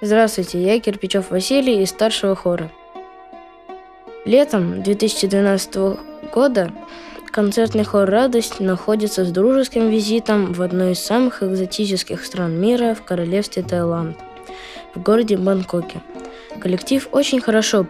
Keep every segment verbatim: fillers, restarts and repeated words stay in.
Здравствуйте, я Кирпичев Василий из старшего хора. Летом две тысячи двенадцатого года концертный хор «Радость» находится с дружеским визитом в одной из самых экзотических стран мира, в королевстве Таиланд, в городе Бангкоке. Коллектив очень хорошо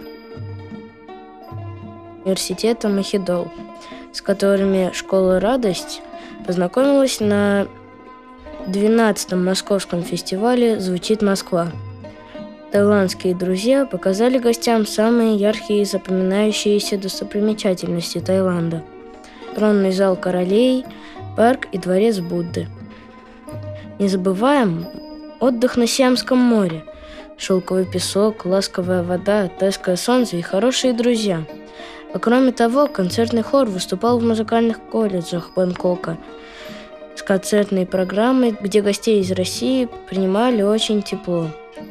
университета Махидол, с которыми школа «Радость» познакомилась на двенадцатом московском фестивале «Звучит Москва». Таиландские друзья показали гостям самые яркие и запоминающиеся достопримечательности Таиланда: тронный зал королей, парк и дворец Будды. Не забываем отдых на Сиамском море, шелковый песок, ласковая вода, тайское солнце и хорошие друзья. А кроме того, концертный хор выступал в музыкальных колледжах Бангкока с концертной программой, где гостей из России принимали очень тепло.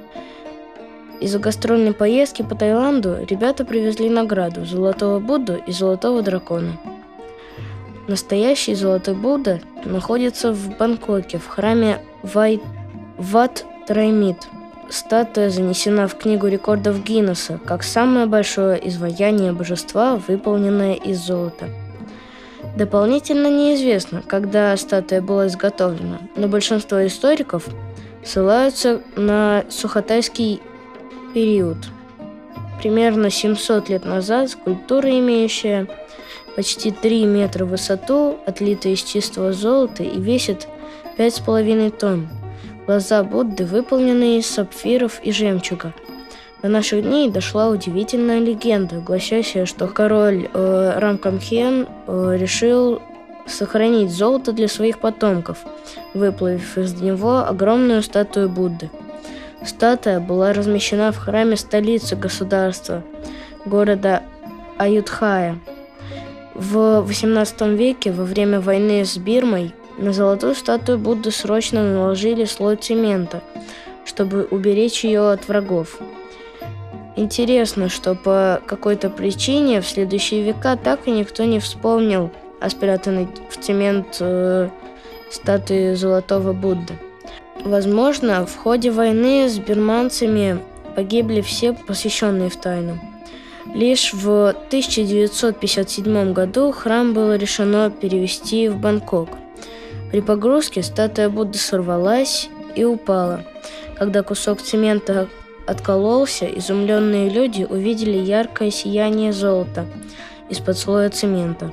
Из-за гастрольной поездки по Таиланду ребята привезли награду – Золотого Будду и Золотого Дракона. Настоящий Золотой Будда находится в Бангкоке, в храме Вай... Ват Траймит. Статуя занесена в Книгу рекордов Гиннесса как самое большое изваяние божества, выполненное из золота. Дополнительно неизвестно, когда статуя была изготовлена, но большинство историков ссылаются на сухотайский период. Примерно семьсот лет назад скульптура, имеющая почти три метра в высоту, отлита из чистого золота и весит пять с половиной тонн. Глаза Будды выполнены из сапфиров и жемчуга. До наших дней дошла удивительная легенда, гласящая, что король э, Рамкамхен э, решил сохранить золото для своих потомков, выплавив из него огромную статую Будды. Статуя была размещена в храме столицы государства, города Аюдхая. В восемнадцатом веке, во время войны с Бирмой, на золотую статую Будды срочно наложили слой цемента, чтобы уберечь ее от врагов. Интересно, что по какой-то причине в следующие века так и никто не вспомнил о спрятанной в цемент э, статуе Золотого Будды. Возможно, в ходе войны с бирманцами погибли все посвященные в тайну. Лишь в тысяча девятьсот пятьдесят седьмом году храм было решено перевести в Бангкок. При погрузке статуя Будды сорвалась и упала. Когда кусок цемента откололся, изумленные люди увидели яркое сияние золота из-под слоя цемента.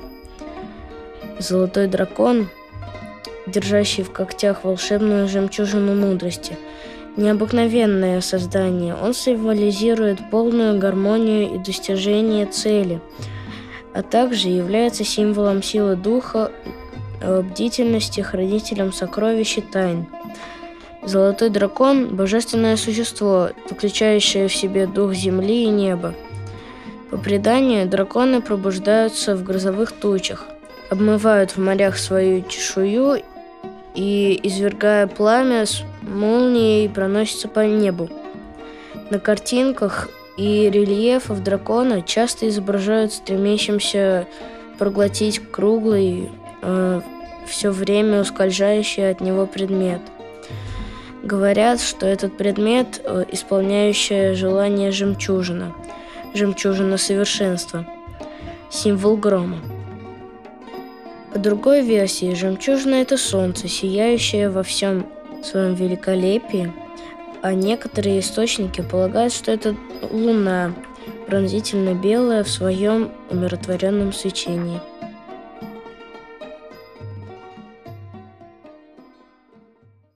Золотой дракон, держащий в когтях волшебную жемчужину мудрости. Необыкновенное создание. Он символизирует полную гармонию и достижение цели, а также является символом силы духа, бдительности, хранителем сокровищ и тайн. Золотой дракон – божественное существо, заключающее в себе дух земли и неба. По преданию, драконы пробуждаются в грозовых тучах, обмывают в морях свою чешую и, извергая пламя, с молнией проносятся по небу. На картинках и рельефах дракона часто изображают стремящимся проглотить круглый, э, все время ускользающий от него предмет. Говорят, что этот предмет э, – исполняющая желание жемчужина, жемчужина совершенства, символ грома. По другой версии, жемчужина – это солнце, сияющее во всем своем великолепии, а некоторые источники полагают, что это луна, пронзительно белая в своем умиротворенном свечении.